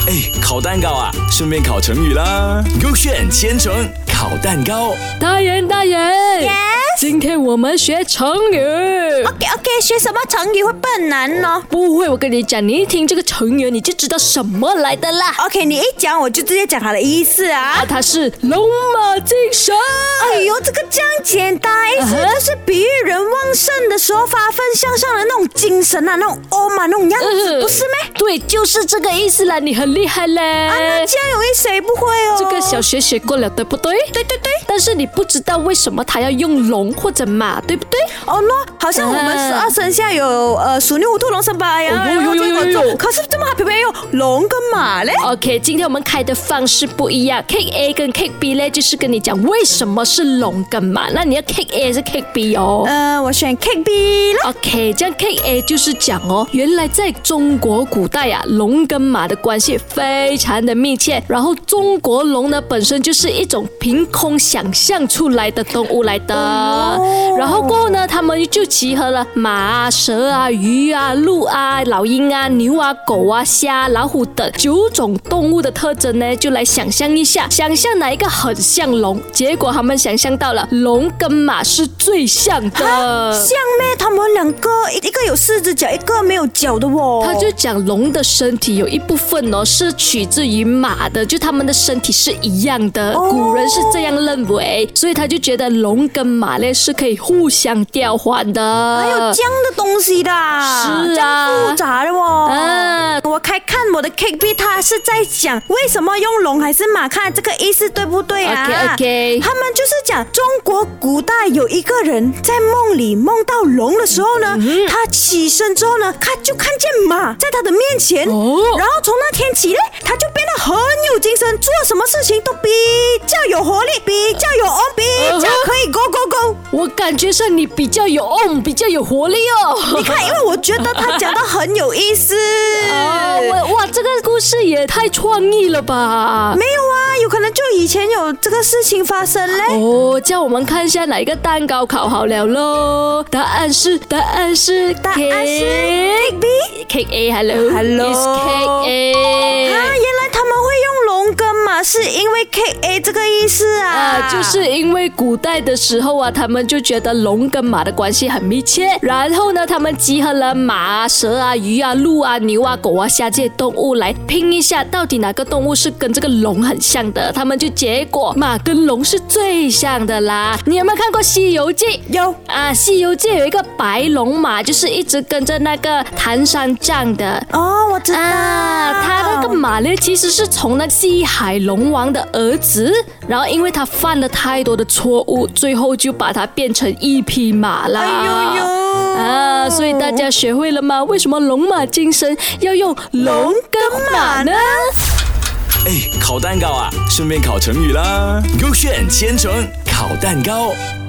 烤蛋糕啊，顺便烤成语啦。勾选千层烤蛋糕。 大人 ，Yes， 今天我们学成语。 OK， 学什么成语会笨难呢？ 不会，我跟你讲，你一听这个成语你就知道什么来的啦。 OK， 你一讲我就直接讲它的意思啊。 它是龙马精神。 哎呦，这个这样简单，意思就是比喻人旺盛的时候发奋向上的那种精神啊，那种嘛，那种样子，不是咩？ 对，就是这个意思啦，你很厉害嘞。 那这样容易谁不会哦？ 这个小学学过了，对不对？ 对。 但是你不知道为什么他要用龙或者马，对不对？ 哦喏，好像我们12生肖有鼠牛虎兔龙蛇马呀，有。可是这么还偏偏用龙跟马嘞 ？OK， 今天我们开的方式不一样 ，Cake A 跟 Cake B 嘞，就是跟你讲为什么是龙跟马。那你要 Cake A 还是 Cake B 哦？ 我选 Cake B 了。 OK， 这样 Cake A 就是讲哦，原来在中国古代啊，龙跟马的关系非常的密切。然后中国龙呢本身就是一种凭空想象出来的动物来的。然后过后呢，他们就集合了马啊、蛇啊、鱼啊、鹿啊、老鹰啊、牛啊、狗啊、虾、老虎等9种动物的特征呢，就来想象一下，想象哪一个很像龙。结果他们想象到了龙跟马是最像的。 像咩？他们两个一个有4只脚，一个没有脚的哦。 他就讲龙的身体有一部分哦是取自于马的，就他们的身体是一样的。古人是这样认为，所以他就觉得龙跟马呢是可以互相调换的。 还有这样的东西的？ 是啊， 这样复杂的哦。我看我的 Cake B， 他是在讲为什么用龙还是马，看这个意思对不对啊 ？OK， 他们就是讲中国古代有一个人在梦里梦到龙的时候呢，他起身之后呢，他就看见马在他的面前，然后从那天起呢，他就变得很有精神，做什么事情都比较有活力，比较有比较可以 go。 我感觉上你比较有比较有活力哦。 你看，因为我觉得他讲得很有意思。 哇，这个故事也太创意了吧？ 没有啊，有可能就以前有这个事情发生嘞。 叫我们看一下哪一个蛋糕烤好了咯。答案是 Cake B。Cake A，Hello，It's Cake A。 原来他们会用龙跟马是因为 Cake A 这个意思啊。 就是因为古代的时候啊，他们就觉得龙跟马的关系很密切，然后呢，他们集合了马啊、蛇啊、鱼啊、鹿啊、牛啊、狗啊、虾这些动物来拼一下，到底哪个动物是跟这个龙很像的，他们就结果马跟龙是最像的啦。你有没有看过《西游记》？ 有啊，《西游记》有一个白龙马，就是一直跟着那个唐三藏的。 我知道。 他那个马呢，其实是从那西海龙王的儿子，然后因为他犯了太多的错误，最后就把它变成一匹马啦。所以大家学会了吗？为什么龙马精神要用龙跟马呢？ 烤蛋糕啊，顺便烤成语啦。勾选千层烤蛋糕。